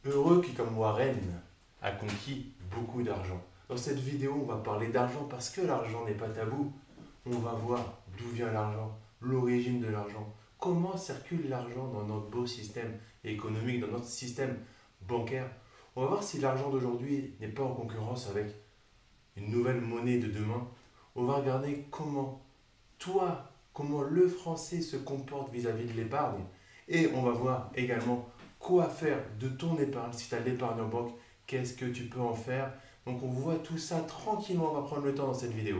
Heureux qui, comme Warren, a conquis beaucoup d'argent. Dans cette vidéo, on va parler d'argent parce que l'argent n'est pas tabou. On va voir d'où vient l'argent, l'origine de l'argent, comment circule l'argent dans notre beau système économique, dans notre système bancaire. On va voir si l'argent d'aujourd'hui n'est pas en concurrence avec une nouvelle monnaie de demain. On va regarder comment le français se comporte vis-à-vis de l'épargne. Et on va voir également quoi faire de ton épargne. Si tu as de l'épargne en banque, qu'est-ce que tu peux en faire? Donc on voit tout ça tranquillement, on va prendre le temps dans cette vidéo.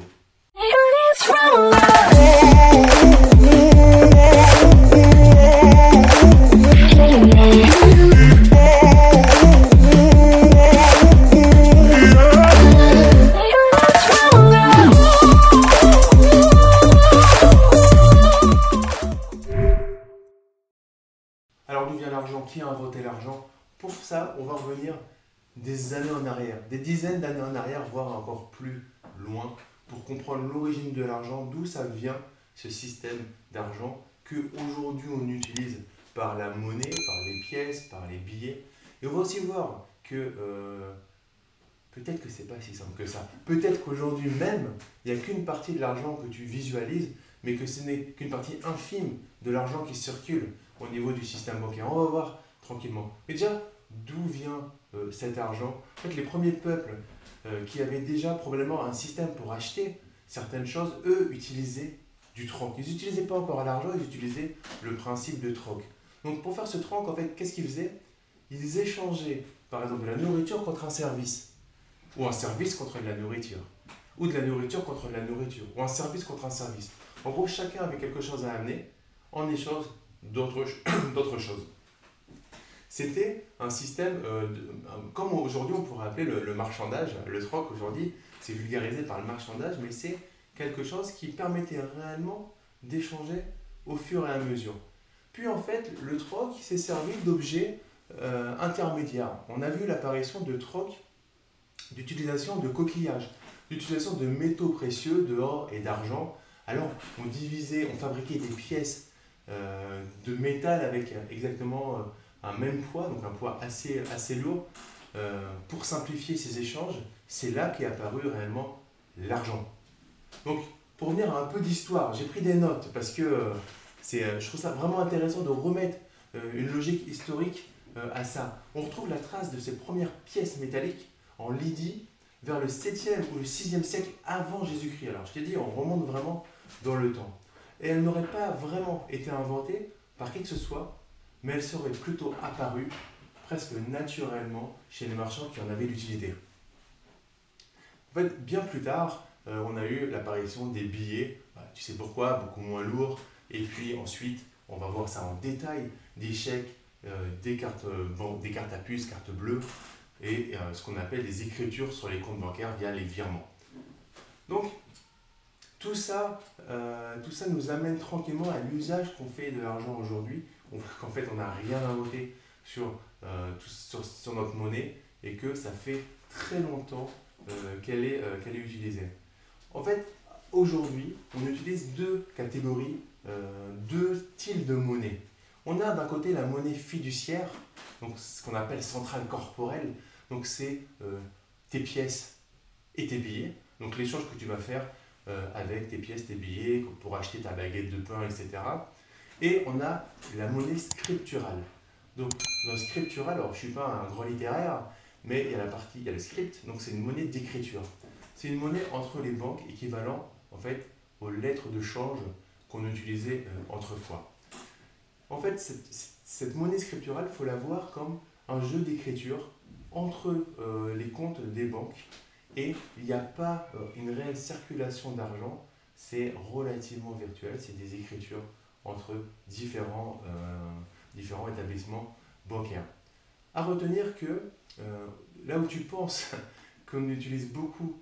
Alors d'où vient l'argent? Qui a inventé l'argent? Pour ça, on va revenir des années en arrière, des dizaines d'années en arrière, voire encore plus loin, pour comprendre l'origine de l'argent, d'où ça vient ce système d'argent que aujourd'hui on utilise par la monnaie, par les pièces, par les billets. Et on va aussi voir que peut-être que c'est pas si simple que ça. Peut-être qu'aujourd'hui même, il n'y a qu'une partie de l'argent que tu visualises, mais que ce n'est qu'une partie infime de l'argent qui circule au niveau du système bancaire. On va voir tranquillement. Mais déjà, d'où vient cet argent? En fait, les premiers peuples qui avaient déjà probablement un système pour acheter certaines choses, eux, utilisaient du troc. Ils n'utilisaient pas encore l'argent, ils utilisaient le principe de troc. Donc pour faire ce troc, en fait, qu'est-ce qu'ils faisaient? Ils échangeaient, par exemple, de la nourriture contre un service, ou un service contre de la nourriture, ou de la nourriture contre de la nourriture, ou un service contre un service. En gros, chacun avait quelque chose à amener en échange d'autres choses. C'était un système, comme aujourd'hui on pourrait appeler le marchandage. Le troc aujourd'hui, c'est vulgarisé par le marchandage, mais c'est quelque chose qui permettait réellement d'échanger au fur et à mesure. Puis en fait, le troc s'est servi d'objets intermédiaires. On a vu l'apparition de troc, d'utilisation de coquillages, d'utilisation de métaux précieux, de or et d'argent. Alors on fabriquait des pièces de métal avec exactement un même poids, donc un poids assez lourd. Pour simplifier ces échanges, c'est là qu'est apparu réellement l'argent. Donc, pour venir à un peu d'histoire, j'ai pris des notes parce que je trouve ça vraiment intéressant de remettre une logique historique à ça. On retrouve la trace de ces premières pièces métalliques en Lydie vers le 7e ou le 6e siècle avant Jésus-Christ. Alors, je t'ai dit, on remonte vraiment dans le temps. Et elles n'auraient pas vraiment été inventées par qui que ce soit, mais elles seraient plutôt apparues presque naturellement chez les marchands qui en avaient l'utilité. En fait, bien plus tard, on a eu l'apparition des billets, tu sais pourquoi, beaucoup moins lourds, et puis ensuite, on va voir ça en détail, des chèques, des cartes à puce, cartes bleues, et ce qu'on appelle des écritures sur les comptes bancaires via les virements. Donc, tout ça nous amène tranquillement à l'usage qu'on fait de l'argent aujourd'hui. On voit qu'en fait, on n'a rien inventé sur notre monnaie et que ça fait très longtemps qu'elle est utilisée. En fait, aujourd'hui, on utilise deux catégories, deux styles de monnaie. On a d'un côté la monnaie fiduciaire, donc ce qu'on appelle centrale corporelle. Donc c'est tes pièces et tes billets. Donc l'échange que tu vas faire avec tes pièces, tes billets, pour acheter ta baguette de pain, etc. Et on a la monnaie scripturale. Donc dans le scriptural, alors je ne suis pas un grand littéraire, mais il y a le script, donc c'est une monnaie d'écriture. C'est une monnaie entre les banques équivalent en fait aux lettres de change qu'on utilisait autrefois. En fait, cette monnaie scripturale, il faut la voir comme un jeu d'écriture entre les comptes des banques et il n'y a pas une réelle circulation d'argent, c'est relativement virtuel, c'est des écritures entre différents établissements bancaires. À retenir que là où tu penses qu'on utilise beaucoup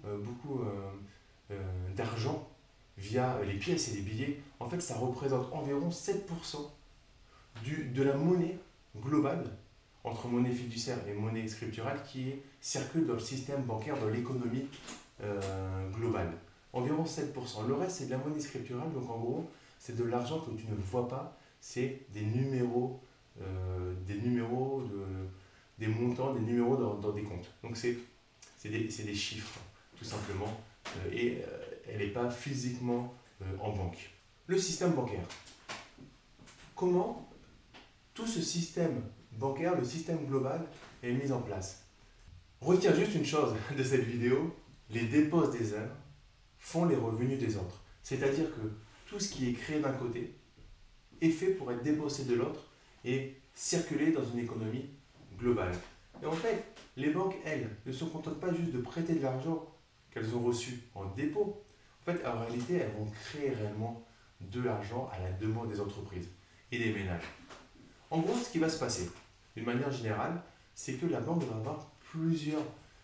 d'argent via les pièces et les billets, en fait ça représente environ 7% de la monnaie globale entre monnaie fiduciaire et monnaie scripturale qui circule dans le système bancaire, dans l'économie globale. Environ 7%. Le reste, c'est de la monnaie scripturale, donc en gros, c'est de l'argent que tu ne vois pas, c'est des numéros des montants, des numéros dans des comptes. Donc c'est des chiffres, tout simplement, et elle n'est pas physiquement en banque. Le système bancaire. Comment tout ce système bancaire, le système global, est mis en place? Retiens juste une chose de cette vidéo, les dépenses des uns font les revenus des autres. C'est-à-dire que tout ce qui est créé d'un côté est fait pour être dépensé de l'autre et circuler dans une économie globale. Et en fait, les banques, elles, ne se contentent pas juste de prêter de l'argent qu'elles ont reçu en dépôt. En fait, en réalité, elles vont créer réellement de l'argent à la demande des entreprises et des ménages. En gros, ce qui va se passer, d'une manière générale, c'est que la banque va avoir plusieurs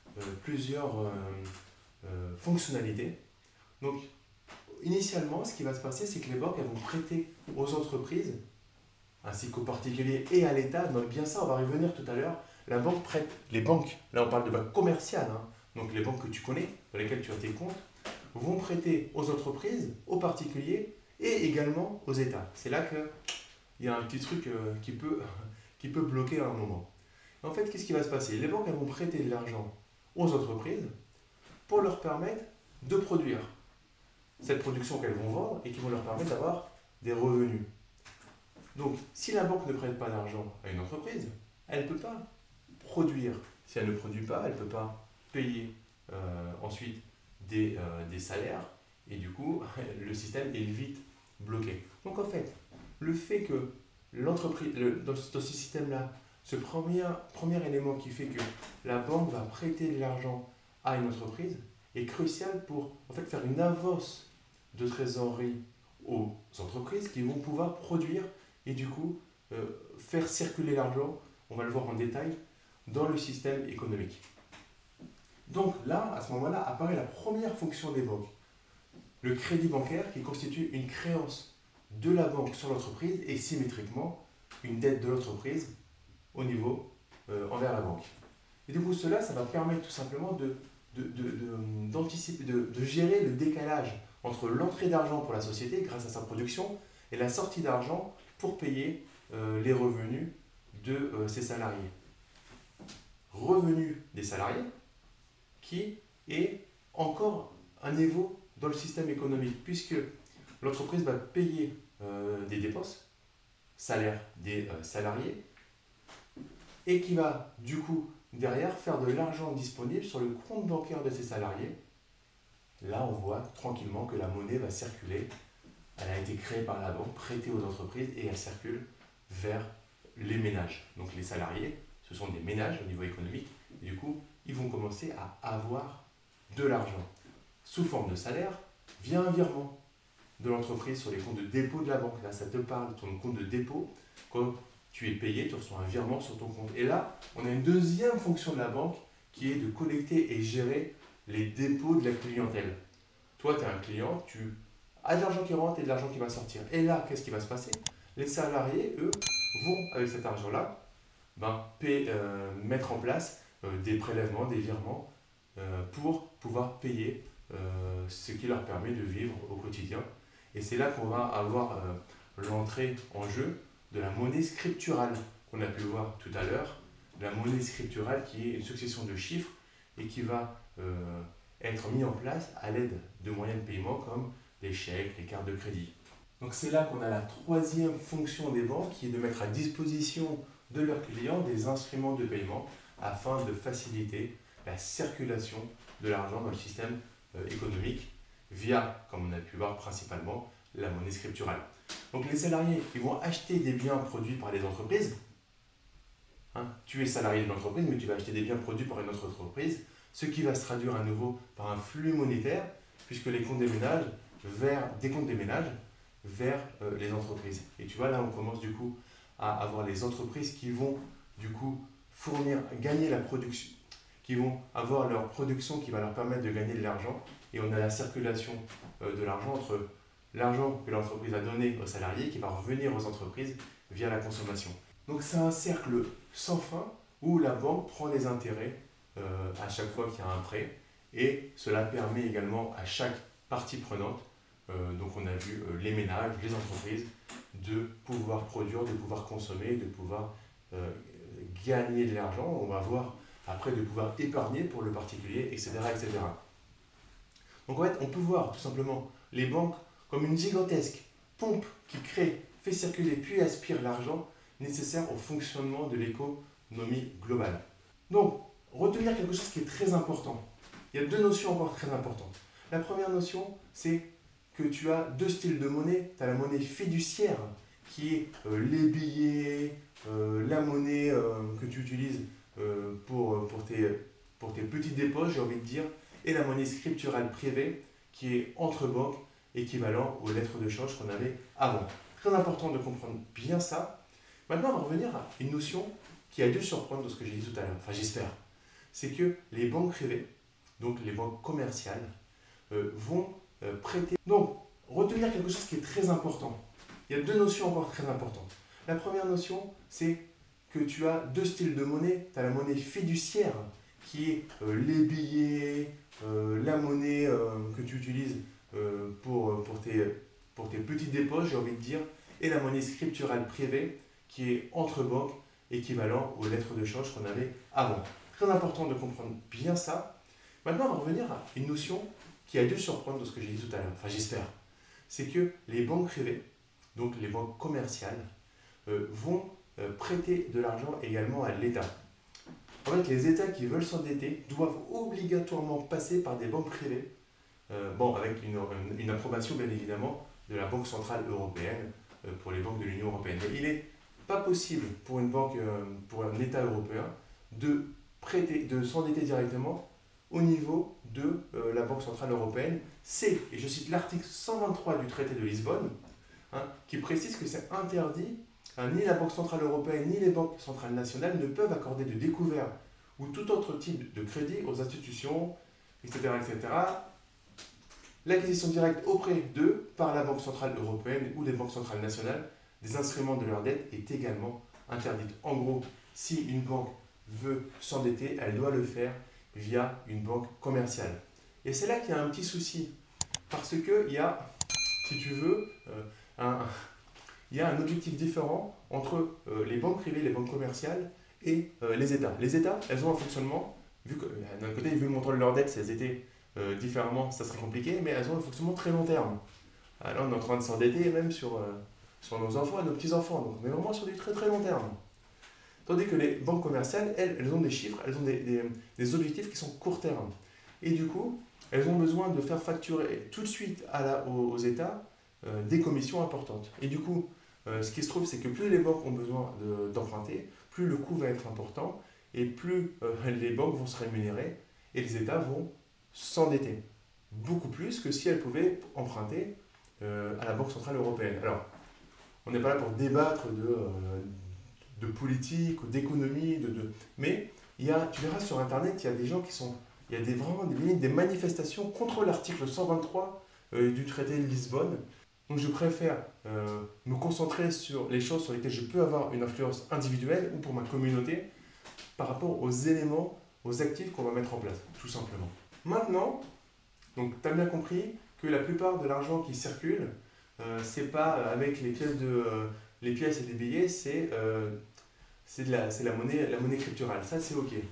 fonctionnalités. Donc, initialement, ce qui va se passer, c'est que les banques elles vont prêter aux entreprises, ainsi qu'aux particuliers et à l'État. Note bien ça, on va y revenir tout à l'heure. La banque prête, les banques, là on parle de banques commerciales, hein, donc les banques que tu connais, dans lesquelles tu as tes comptes, vont prêter aux entreprises, aux particuliers et également aux États. C'est là qu'il y a un petit truc qui peut bloquer à un moment. En fait, qu'est-ce qui va se passer? Les banques elles vont prêter de l'argent aux entreprises pour leur permettre de produire cette production qu'elles vont vendre et qui vont leur permettre d'avoir des revenus. Donc, si la banque ne prête pas d'argent à une entreprise, elle ne peut pas produire. Si elle ne produit pas, elle ne peut pas payer ensuite des salaires et du coup, le système est vite bloqué. Donc, en fait, le fait que l'entreprise, dans ce système-là, ce premier élément qui fait que la banque va prêter de l'argent à une entreprise est crucial pour en fait, faire une avance de trésorerie aux entreprises qui vont pouvoir produire et du coup faire circuler l'argent, on va le voir en détail, dans le système économique. Donc là, à ce moment-là, apparaît la première fonction des banques. Le crédit bancaire qui constitue une créance de la banque sur l'entreprise et symétriquement une dette de l'entreprise au niveau envers la banque. Et du coup, cela, ça va permettre tout simplement d'anticiper, de gérer le décalage entre l'entrée d'argent pour la société grâce à sa production et la sortie d'argent pour payer les revenus de ses salariés. Revenus des salariés qui est encore un niveau dans le système économique puisque l'entreprise va payer des dépenses, salaire des salariés et qui va du coup derrière faire de l'argent disponible sur le compte bancaire de ses salariés. Là, on voit tranquillement que la monnaie va circuler. Elle a été créée par la banque, prêtée aux entreprises et elle circule vers les ménages. Donc les salariés, ce sont des ménages au niveau économique. Et du coup, ils vont commencer à avoir de l'argent sous forme de salaire via un virement de l'entreprise sur les comptes de dépôt de la banque. Là, ça te parle de ton compte de dépôt. Quand tu es payé, tu reçois un virement sur ton compte. Et là, on a une deuxième fonction de la banque qui est de collecter et gérer les dépôts de la clientèle. Toi, tu es un client, tu as de l'argent qui rentre et de l'argent qui va sortir. Et là, qu'est-ce qui va se passer? Les salariés, eux, vont, avec cet argent-là, mettre en place des prélèvements, des virements pour pouvoir payer ce qui leur permet de vivre au quotidien. Et c'est là qu'on va avoir l'entrée en jeu de la monnaie scripturale qu'on a pu voir tout à l'heure. La monnaie scripturale qui est une succession de chiffres et qui va être mis en place à l'aide de moyens de paiement comme les chèques, les cartes de crédit. Donc c'est là qu'on a la troisième fonction des banques qui est de mettre à disposition de leurs clients des instruments de paiement afin de faciliter la circulation de l'argent dans le système économique via, comme on a pu voir principalement, la monnaie scripturale. Donc les salariés, ils vont acheter des biens produits par les entreprises. Tu es salarié de l'entreprise, mais tu vas acheter des biens produits par une autre entreprise, ce qui va se traduire à nouveau par un flux monétaire, puisque les comptes des ménages des comptes des ménages vers les entreprises. Et tu vois, là, on commence du coup à avoir les entreprises qui vont du coup gagner la production, qui vont avoir leur production qui va leur permettre de gagner de l'argent. Et on a la circulation de l'argent entre l'argent que l'entreprise a donné aux salariés qui va revenir aux entreprises via la consommation. Donc c'est un cercle sans fin où la banque prend des intérêts à chaque fois qu'il y a un prêt et cela permet également à chaque partie prenante, donc on a vu les ménages, les entreprises, de pouvoir produire, de pouvoir consommer, de pouvoir gagner de l'argent, on va voir après de pouvoir épargner pour le particulier, etc., etc. Donc en fait, on peut voir tout simplement les banques comme une gigantesque pompe qui crée, fait circuler puis aspire l'argent nécessaire au fonctionnement de l'économie globale. Donc, retenir quelque chose qui est très important. Il y a deux notions encore très importantes. La première notion, c'est que tu as deux styles de monnaie. Tu as la monnaie fiduciaire, qui est les billets, la monnaie que tu utilises pour tes petits dépôts, j'ai envie de dire, et la monnaie scripturale privée, qui est entre banques, équivalent aux lettres de change qu'on avait avant. Très important de comprendre bien ça. Maintenant, on va revenir à une notion qui a dû surprendre de ce que j'ai dit tout à l'heure, enfin j'espère. C'est que les banques privées, donc les banques commerciales, vont prêter. Donc, retenir quelque chose qui est très important. Il y a deux notions encore très importantes. La première notion, c'est que tu as deux styles de monnaie. Tu as la monnaie fiduciaire, qui est les billets, la monnaie que tu utilises pour tes petits dépôts, j'ai envie de dire, et la monnaie scripturale privée, qui est entre banques, équivalent aux lettres de change qu'on avait avant. Très important de comprendre bien ça. Maintenant, on va revenir à une notion qui a dû surprendre de ce que j'ai dit tout à l'heure, enfin j'espère. C'est que les banques privées, donc les banques commerciales, vont prêter de l'argent également à l'État. En fait, les États qui veulent s'endetter doivent obligatoirement passer par des banques privées, avec une approbation bien évidemment de la Banque Centrale Européenne pour les banques de l'Union Européenne. Mais il n'est pas possible pour une banque, pour un État européen, de s'endetter directement au niveau de la Banque Centrale Européenne. C'est, et je cite l'article 123 du traité de Lisbonne, qui précise que c'est interdit, ni la Banque Centrale Européenne ni les banques centrales nationales ne peuvent accorder de découvert ou tout autre type de crédit aux institutions, etc., etc., l'acquisition directe auprès d'eux par la Banque Centrale Européenne ou les banques centrales nationales des instruments de leur dette est également interdite. En gros, si une banque veut s'endetter, elle doit le faire via une banque commerciale. Et c'est là qu'il y a un petit souci, parce qu'il y a, si tu veux, il y a un objectif différent entre les banques privées, les banques commerciales et les États. Les États, elles ont un fonctionnement, vu que d'un côté, vu le montant de leur dette, si elles étaient différemment, ça serait compliqué, mais elles ont un fonctionnement très long terme. Là, on est en train de s'endetter même sur nos enfants et nos petits-enfants, donc on est vraiment sur du très très long terme. Tandis que les banques commerciales, elles ont des chiffres, elles ont des objectifs qui sont court terme. Et du coup, elles ont besoin de faire facturer tout de suite aux États des commissions importantes. Et du coup, ce qui se trouve, c'est que plus les banques ont besoin d'emprunter, plus le coût va être important, et plus les banques vont se rémunérer, et les États vont s'endetter. Beaucoup plus que si elles pouvaient emprunter à la Banque Centrale Européenne. Alors, on n'est pas là pour débattre de politique ou d'économie, mais tu verras sur Internet, il y a des gens il y a vraiment des manifestations contre l'article 123 du traité de Lisbonne. Donc je préfère me concentrer sur les choses sur lesquelles je peux avoir une influence individuelle ou pour ma communauté par rapport aux éléments, aux actifs qu'on va mettre en place, tout simplement. Maintenant, tu as bien compris que la plupart de l'argent qui circule, c'est pas avec les pièces et les billets, c'est la monnaie scripturale. Ça, c'est OK.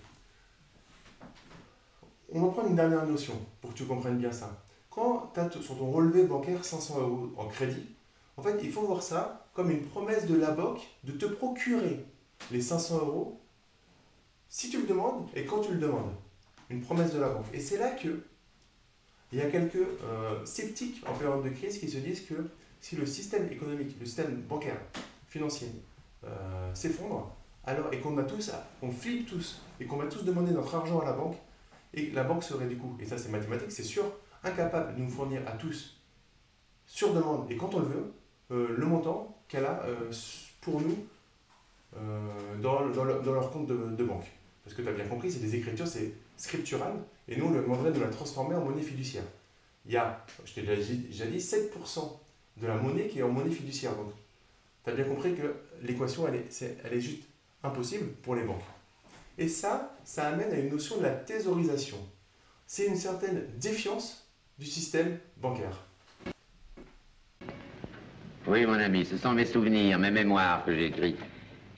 On va prendre une dernière notion pour que tu comprennes bien ça. Quand tu as sur ton relevé bancaire 500 € en crédit, en fait, il faut voir ça comme une promesse de la banque de te procurer les 500 € si tu le demandes et quand tu le demandes. Une promesse de la banque. Et c'est là que il y a quelques sceptiques en période de crise qui se disent que si le système économique, le système bancaire, financier s'effondre, alors, et qu'on flippe tous, et qu'on va tous demander notre argent à la banque, et la banque serait du coup, et ça c'est mathématique, c'est sûr, incapable de nous fournir à tous, sur demande, et quand on le veut, le montant qu'elle a pour nous dans leur compte de banque. Parce que tu as bien compris, c'est des écritures, c'est scriptural, et nous on leur demanderait de la transformer en monnaie fiduciaire. Il y a, je t'ai déjà dit, 7% de la monnaie qui est en monnaie fiduciaire. Donc, tu as bien compris que l'équation, elle est juste impossible pour les banques. Et ça amène à une notion de la thésaurisation. C'est une certaine défiance du système bancaire. Oui, mon ami, ce sont mes souvenirs, mes mémoires que j'écris.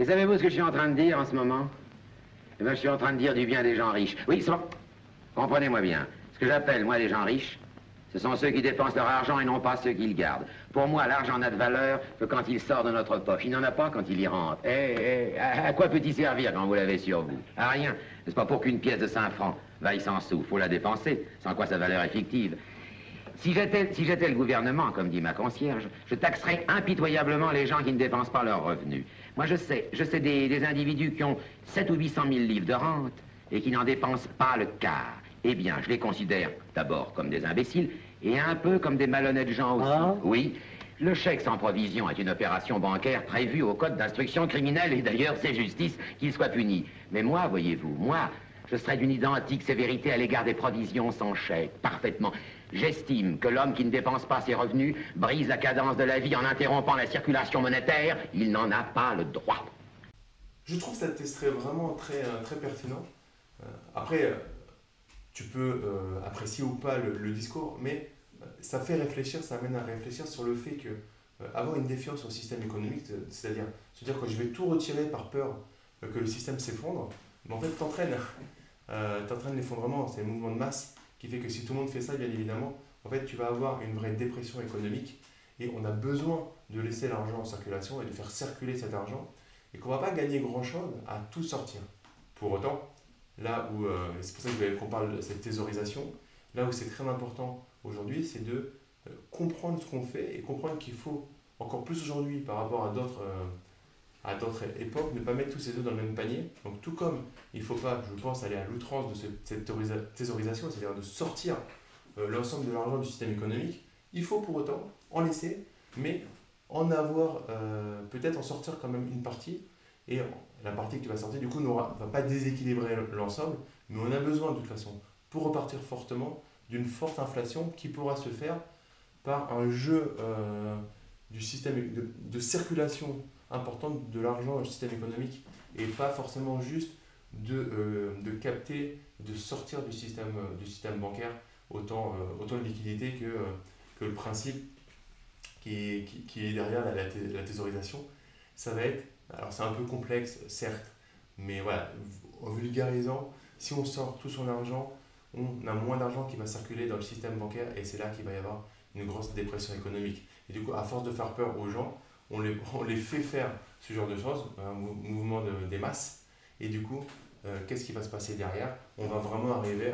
Et savez-vous ce que je suis en train de dire en ce moment? Eh bien, je suis en train de dire du bien des gens riches. Oui, c'est bon. Comprenez-moi bien. Ce que j'appelle, moi, les gens riches, ce sont ceux qui dépensent leur argent et non pas ceux qui le gardent. Pour moi, l'argent n'a de valeur que quand il sort de notre poche. Il n'en a pas quand il y rentre. À quoi peut-il servir quand vous l'avez sur vous? À rien. N'est-ce pas pour qu'une pièce de 5 francs vaille 100 sous? Faut la dépenser, sans quoi sa valeur est fictive. Si j'étais le gouvernement, comme dit ma concierge, je taxerais impitoyablement les gens qui ne dépensent pas leurs revenus. Moi, je sais des individus qui ont 7 ou 800 000 livres de rente et qui n'en dépensent pas le quart. Eh bien, je les considère d'abord comme des imbéciles et un peu comme des malhonnêtes gens aussi. Ah. Oui, le chèque sans provision est une opération bancaire prévue au code d'instruction criminelle et d'ailleurs c'est justice qu'il soit puni. Mais moi, voyez-vous, moi, je serais d'une identique sévérité à l'égard des provisions sans chèque, parfaitement. J'estime que l'homme qui ne dépense pas ses revenus brise la cadence de la vie en interrompant la circulation monétaire. Il n'en a pas le droit. Je trouve cet extrait vraiment très pertinent. Après, tu peux apprécier ou pas le discours, mais ça fait réfléchir, ça amène à réfléchir sur le fait que avoir une défiance au système économique, c'est-à-dire se dire que je vais tout retirer par peur que le système s'effondre, mais en fait t'entraînes l'effondrement, c'est le mouvement de masse qui fait que si tout le monde fait ça, bien évidemment, en fait tu vas avoir une vraie dépression économique et on a besoin de laisser l'argent en circulation et de faire circuler cet argent et qu'on ne va pas gagner grand-chose à tout sortir. Pour autant, là où, c'est pour ça que je voulais qu'on parle de cette thésaurisation, là où c'est très important aujourd'hui, c'est de comprendre ce qu'on fait et comprendre qu'il faut, encore plus aujourd'hui par rapport à d'autres époques, ne pas mettre tous ses œufs dans le même panier. Donc tout comme il ne faut pas, je pense, aller à l'outrance de cette thésaurisation, c'est-à-dire de sortir l'ensemble de l'argent du système économique, il faut pour autant en laisser, mais en avoir, peut-être en sortir quand même une partie, et la partie que tu vas sortir, du coup, ne va pas déséquilibrer l'ensemble, mais on a besoin de toute façon, pour repartir fortement, d'une forte inflation qui pourra se faire par un jeu du système de circulation importante de l'argent dans le système économique et pas forcément juste de capter, de sortir du système bancaire autant de liquidité que le principe qui est derrière la thésaurisation. Ça va être, alors c'est un peu complexe certes, mais voilà, en vulgarisant, si on sort tout son argent, on a moins d'argent qui va circuler dans le système bancaire et c'est là qu'il va y avoir une grosse dépression économique. Et du coup, à force de faire peur aux gens, on les fait faire ce genre de choses, un mouvement des masses, et du coup, qu'est-ce qui va se passer derrière? On va vraiment arriver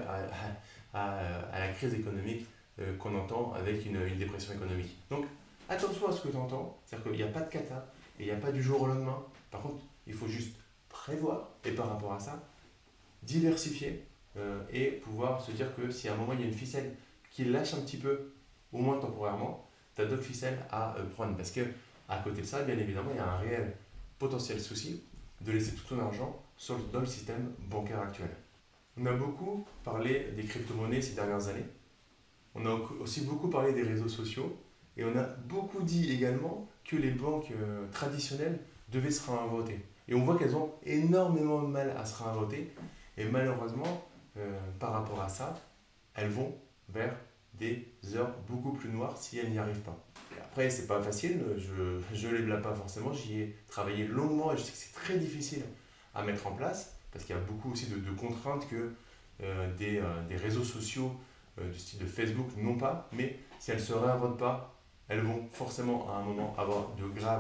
à la crise économique qu'on entend avec une dépression économique. Donc, attention à ce que tu entends, c'est-à-dire qu'il n'y a pas de cata, et il n'y a pas du jour au lendemain. Par contre, il faut juste prévoir, et par rapport à ça, diversifier, et pouvoir se dire que si à un moment il y a une ficelle qui lâche un petit peu, au moins temporairement, tu as d'autres ficelles à prendre. Parce que à côté de ça, bien évidemment, il y a un réel potentiel souci de laisser tout ton argent dans le système bancaire actuel. On a beaucoup parlé des crypto-monnaies ces dernières années. On a aussi beaucoup parlé des réseaux sociaux. Et on a beaucoup dit également que les banques traditionnelles devaient se réinventer. Et on voit qu'elles ont énormément de mal à se réinventer. Et malheureusement, par rapport à ça, elles vont vers des heures beaucoup plus noires si elles n'y arrivent pas. Et après, c'est pas facile, je les blâme pas forcément, j'y ai travaillé longuement et je sais que c'est très difficile à mettre en place parce qu'il y a beaucoup aussi de contraintes que des réseaux sociaux du style de Facebook n'ont pas, mais si elles ne se réinventent pas, elles vont forcément à un moment avoir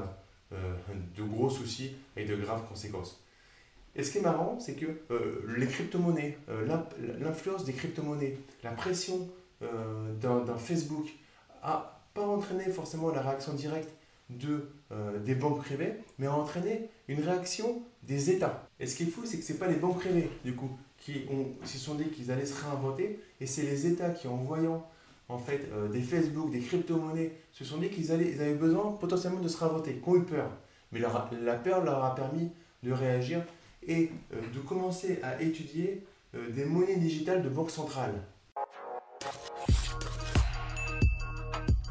de gros soucis et de graves conséquences. Et ce qui est marrant, c'est que les crypto-monnaies, l'influence des crypto-monnaies, la pression d'un Facebook a pas entraîné forcément la réaction directe des banques privées, mais a entraîné une réaction des États. Et ce qui est fou, c'est que ce n'est pas les banques privées, du coup, qui se sont dit qu'ils allaient se réinventer, et c'est les États qui, en voyant en fait, des Facebook, des crypto-monnaies, se sont dit qu'ils avaient besoin potentiellement de se réinventer, qui ont eu peur. Mais la peur leur a permis de réagir et de commencer à étudier des monnaies digitales de banque centrale.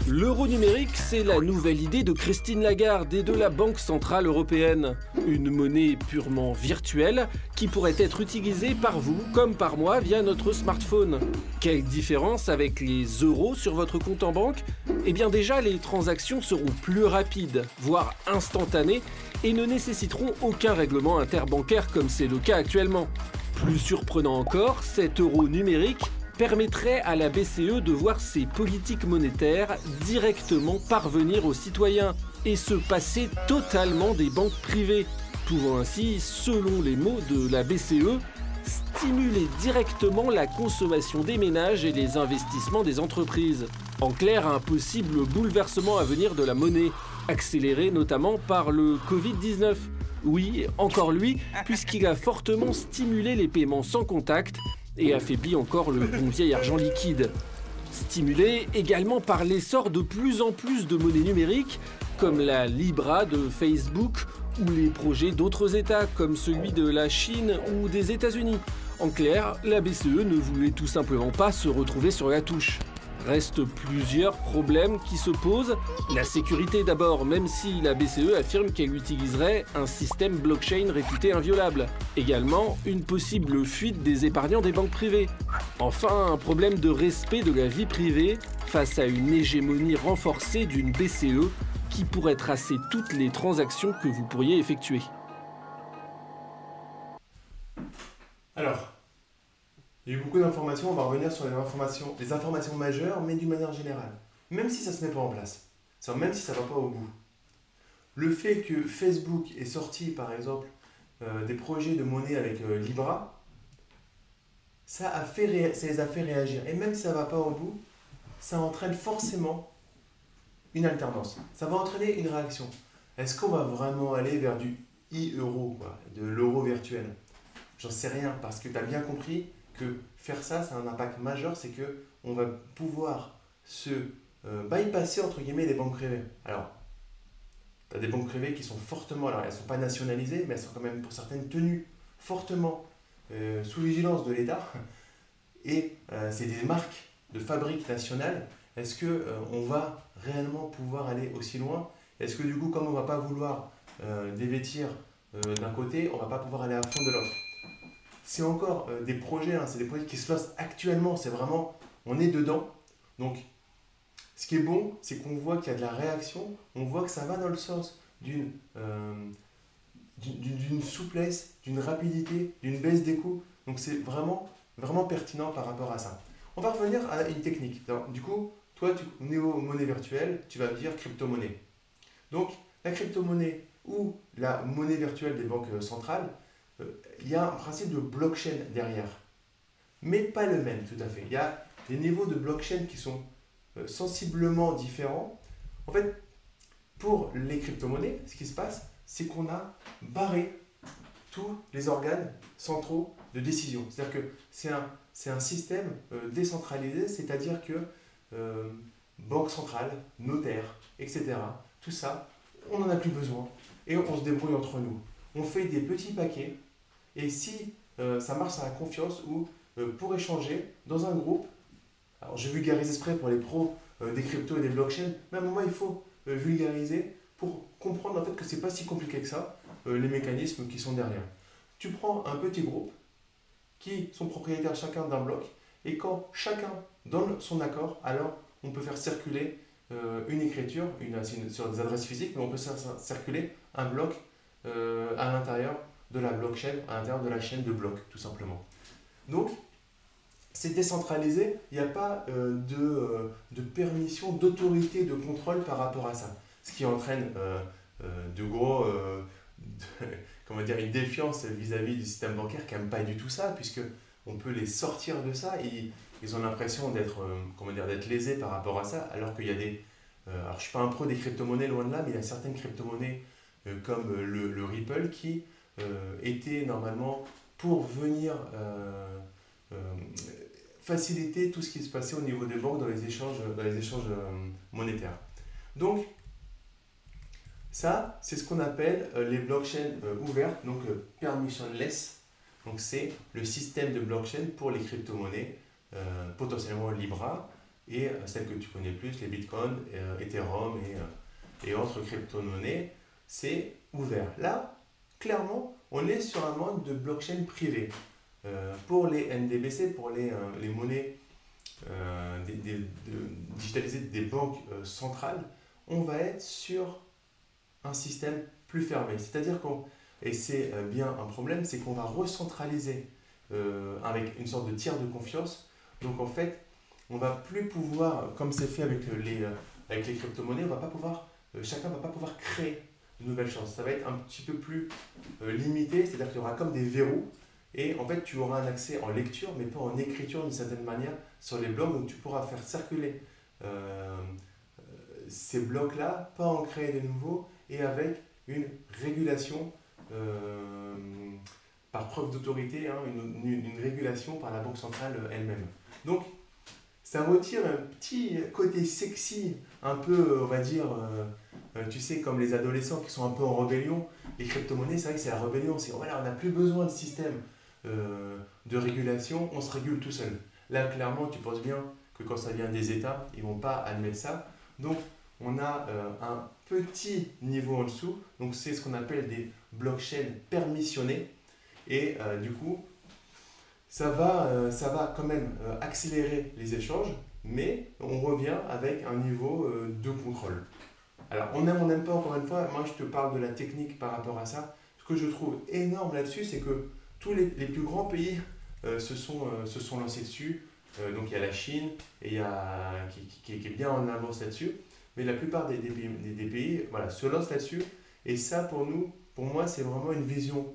L'euro numérique, c'est la nouvelle idée de Christine Lagarde et de la Banque Centrale Européenne. Une monnaie purement virtuelle qui pourrait être utilisée par vous comme par moi via notre smartphone. Quelle différence avec les euros sur votre compte en banque? Eh bien déjà, les transactions seront plus rapides, voire instantanées, et ne nécessiteront aucun règlement interbancaire comme c'est le cas actuellement. Plus surprenant encore, cet euro numérique permettrait à la BCE de voir ses politiques monétaires directement parvenir aux citoyens et se passer totalement des banques privées, pouvant ainsi, selon les mots de la BCE, stimuler directement la consommation des ménages et les investissements des entreprises. En clair, un possible bouleversement à venir de la monnaie, accéléré notamment par le Covid-19. Oui, encore lui, puisqu'il a fortement stimulé les paiements sans contact et affaiblit encore le bon vieil argent liquide. Stimulé également par l'essor de plus en plus de monnaies numériques, comme la Libra de Facebook ou les projets d'autres États, comme celui de la Chine ou des États-Unis. En clair, la BCE ne voulait tout simplement pas se retrouver sur la touche. Restent plusieurs problèmes qui se posent. La sécurité d'abord, même si la BCE affirme qu'elle utiliserait un système blockchain réputé inviolable. Également, une possible fuite des épargnants des banques privées. Enfin, un problème de respect de la vie privée face à une hégémonie renforcée d'une BCE qui pourrait tracer toutes les transactions que vous pourriez effectuer. Alors, il y a eu beaucoup d'informations, on va revenir sur les informations majeures, mais d'une manière générale. Même si ça ne se met pas en place, même si ça ne va pas au bout. Le fait que Facebook ait sorti, par exemple, des projets de monnaie avec Libra, ça les a fait réagir. Et même si ça ne va pas au bout, ça entraîne forcément une alternance. Ça va entraîner une réaction. Est-ce qu'on va vraiment aller vers du e-euro, de l'euro virtuel? J'en sais rien, parce que tu as bien compris que faire ça, ça a un impact majeur, c'est qu'on va pouvoir se bypasser, entre guillemets, les banques privées. Alors, tu as des banques privées qui sont fortement, alors elles ne sont pas nationalisées, mais elles sont quand même pour certaines tenues fortement sous vigilance de l'État, et c'est des marques de fabrique nationale. Est-ce qu'on va réellement pouvoir aller aussi loin? Est-ce que du coup, comme on ne va pas vouloir dévêtir d'un côté, on ne va pas pouvoir aller à fond de l'autre? C'est encore des projets, c'est des projets qui se lancent actuellement, c'est vraiment, on est dedans. Donc, ce qui est bon, c'est qu'on voit qu'il y a de la réaction, on voit que ça va dans le sens d'une souplesse, d'une rapidité, d'une baisse des coûts. Donc, c'est vraiment, vraiment pertinent par rapport à ça. On va revenir à une technique. Alors, du coup, toi, au niveau monnaie virtuelle, tu vas me dire crypto-monnaie. Donc, la crypto-monnaie ou la monnaie virtuelle des banques centrales, il y a un principe de blockchain derrière, mais pas le même tout à fait. Il y a des niveaux de blockchain qui sont sensiblement différents. En fait, pour les crypto-monnaies, ce qui se passe, c'est qu'on a barré tous les organes centraux de décision. C'est-à-dire que c'est un système décentralisé, c'est-à-dire que banque centrale, notaire, etc., tout ça, on n'en a plus besoin et on se débrouille entre nous. On fait des petits paquets et si ça marche à la confiance ou pour échanger dans un groupe, alors je vulgarise exprès pour les pros des cryptos et des blockchains, mais à un moment il faut vulgariser pour comprendre en fait que c'est pas si compliqué que ça, les mécanismes qui sont derrière. Tu prends un petit groupe qui sont propriétaires chacun d'un bloc et quand chacun donne son accord, alors on peut faire circuler une écriture, sur des adresses physiques, mais on peut faire circuler un bloc à l'intérieur de la blockchain, à l'intérieur de la chaîne de blocs, tout simplement. Donc, c'est décentralisé, il n'y a pas de permission, d'autorité, de contrôle par rapport à ça. Ce qui entraîne une défiance vis-à-vis du système bancaire qui n'aime pas du tout ça, puisqu'on peut les sortir de ça et ils ont l'impression d'être lésés par rapport à ça, alors qu'il y a des... alors je ne suis pas un pro des crypto-monnaies, loin de là, mais il y a certaines crypto-monnaies comme le Ripple qui étaient normalement pour venir faciliter tout ce qui se passait au niveau des banques dans les échanges monétaires. Donc, ça, c'est ce qu'on appelle les blockchains ouvertes, donc permissionless. Donc, c'est le système de blockchain pour les crypto-monnaies, potentiellement Libra, et celles que tu connais plus, les bitcoins, Ethereum et autres crypto-monnaies, c'est ouvert. Là, clairement, on est sur un mode de blockchain privé. Pour les NDBC, pour les monnaies digitalisées des banques centrales, on va être sur un système plus fermé. C'est-à-dire et c'est bien un problème, c'est qu'on va recentraliser avec une sorte de tiers de confiance. Donc en fait, on va plus pouvoir, comme c'est fait avec les crypto-monnaies, chacun ne va pas pouvoir créer de nouvelles choses. Ça va être un petit peu plus limité, c'est-à-dire qu'il y aura comme des verrous. Et en fait, tu auras un accès en lecture, mais pas en écriture d'une certaine manière sur les blocs. Donc tu pourras faire circuler ces blocs-là, pas en créer de nouveaux, et avec une régulation par preuve d'autorité, hein, une régulation par la Banque centrale elle-même. Donc, ça retire un petit côté sexy, un peu, on va dire, tu sais, comme les adolescents qui sont un peu en rébellion. Les crypto-monnaies, c'est vrai que c'est la rébellion. C'est, voilà, on n'a plus besoin de système de régulation, on se régule tout seul. Là, clairement, tu penses bien que quand ça vient des États, ils ne vont pas admettre ça. Donc, on a un petit niveau en dessous. Donc, c'est ce qu'on appelle des blockchains permissionnés. Et du coup, ça va quand même accélérer les échanges, mais on revient avec un niveau de contrôle. Alors, on aime, on n'aime pas, encore une fois, moi je te parle de la technique par rapport à ça. Ce que je trouve énorme là-dessus, c'est que tous les plus grands pays se sont lancés dessus. Donc il y a la Chine et qui est bien en avance là-dessus. Mais la plupart des pays voilà, se lancent là-dessus. Et ça, pour moi, c'est vraiment une vision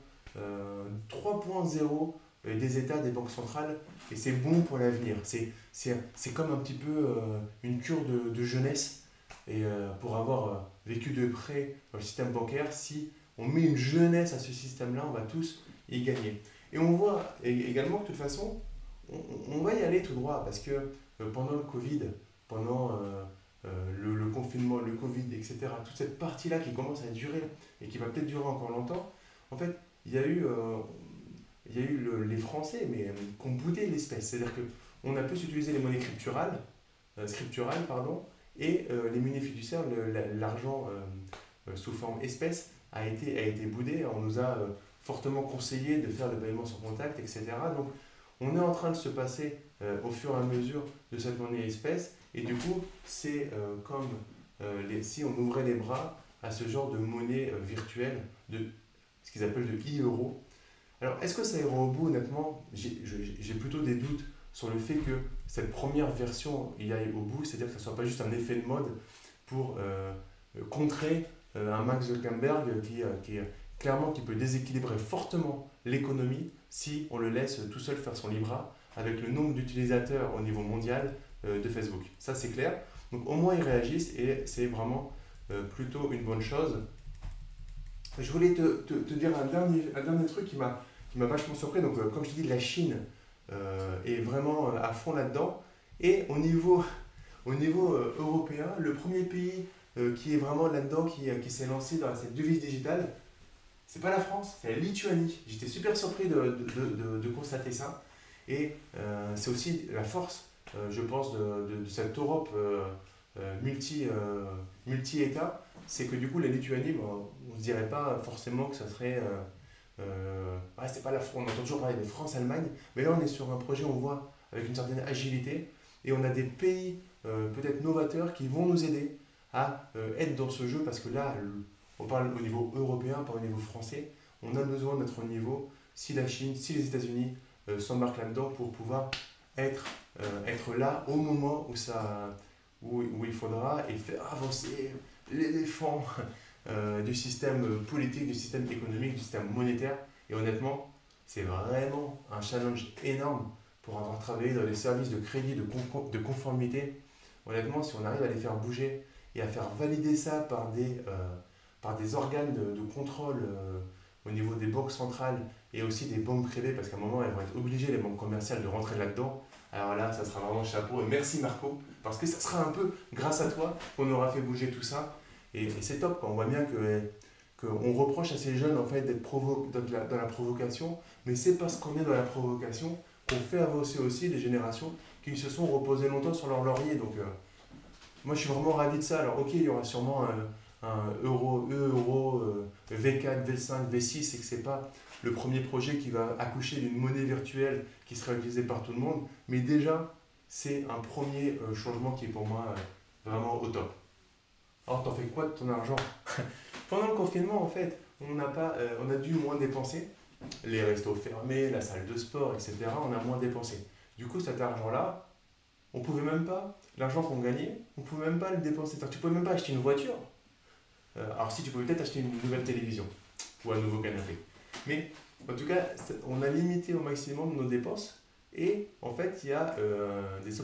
3.0 des États, des banques centrales. Et c'est bon pour l'avenir. C'est comme un petit peu une cure de jeunesse. Et pour avoir vécu de près dans le système bancaire, si on met une jeunesse à ce système-là, on va tous y gagner. Et on voit également que de toute façon, on va y aller tout droit parce que pendant le Covid, pendant le confinement, le Covid, etc., toute cette partie-là qui commence à durer et qui va peut-être durer encore longtemps, en fait, il y a eu les Français qui ont boudé l'espèce. C'est-à-dire qu'on a plus utilisé les monnaies scripturales, et les monnaies fiduciaires, l'argent sous forme espèce a été boudé. On nous a fortement conseillé de faire le paiement sans contact, etc. Donc, on est en train de se passer au fur et à mesure de cette monnaie espèce. Et du coup, c'est comme si on ouvrait les bras à ce genre de monnaie virtuelle, de ce qu'ils appellent de e-euro. Alors, est-ce que ça ira au bout? Honnêtement, j'ai plutôt des doutes sur le fait que cette première version y aille au bout, c'est-à-dire que ce ne soit pas juste un effet de mode pour contrer un Mark Zuckerberg qui peut déséquilibrer fortement l'économie si on le laisse tout seul faire son Libra avec le nombre d'utilisateurs au niveau mondial de Facebook. Ça, c'est clair. Donc, au moins, ils réagissent et c'est vraiment plutôt une bonne chose. Je voulais te dire un dernier truc qui m'a vachement surpris. Donc, comme je te dis, la Chine est vraiment à fond là-dedans. Et au niveau européen, le premier pays qui est vraiment là-dedans, qui s'est lancé dans cette devise digitale, c'est pas la France, c'est la Lituanie. J'étais super surpris de constater ça. Et c'est aussi la force, je pense, de cette Europe multi-État. C'est que du coup, la Lituanie, on ne se dirait pas forcément que ça serait... c'est pas la France, on entend toujours parler de France-Allemagne, mais là on est sur un projet, on voit, avec une certaine agilité, et on a des pays peut-être novateurs qui vont nous aider à être dans ce jeu, parce que là, on parle au niveau européen, pas au niveau français. On a besoin d'être au niveau, si la Chine, si les États-Unis s'embarquent là-dedans, pour pouvoir être là au moment où il faudra, et faire avancer l'éléphant du système politique, du système économique, du système monétaire. Et honnêtement, c'est vraiment un challenge énorme pour avoir travaillé dans les services de crédit, de conformité. Honnêtement, si on arrive à les faire bouger et à faire valider ça par des organes de contrôle au niveau des banques centrales et aussi des banques privées, parce qu'à un moment, elles vont être obligées, les banques commerciales, de rentrer là-dededans. Alors là, ça sera vraiment chapeau. Et merci Marco, parce que ça sera un peu grâce à toi qu'on aura fait bouger tout ça. Et c'est top, quand on voit bien qu'on reproche à ces jeunes en fait, d'être dans la provocation, mais c'est parce qu'on est dans la provocation qu'on fait avancer aussi des générations qui qui se sont reposés longtemps sur leur laurier. Donc, moi, je suis vraiment ravi de ça. Alors, ok, il y aura sûrement un euro, V4, V5, V6, et que c'est pas le premier projet qui va accoucher d'une monnaie virtuelle qui sera utilisée par tout le monde. Mais déjà, c'est un premier changement qui est pour moi vraiment au top. Alors, t'en fais quoi de ton argent? Pendant le confinement, en fait, on a dû moins dépenser. Les restos fermés, la salle de sport, etc. On a moins dépensé. Du coup, cet argent-là, on pouvait même pas, l'argent qu'on gagnait, on pouvait même pas le dépenser. Tu pouvais même pas acheter une voiture. Alors si, tu pouvais peut-être acheter une nouvelle télévision ou un nouveau canapé. Mais en tout cas, on a limité au maximum nos dépenses. Et en fait, il y a des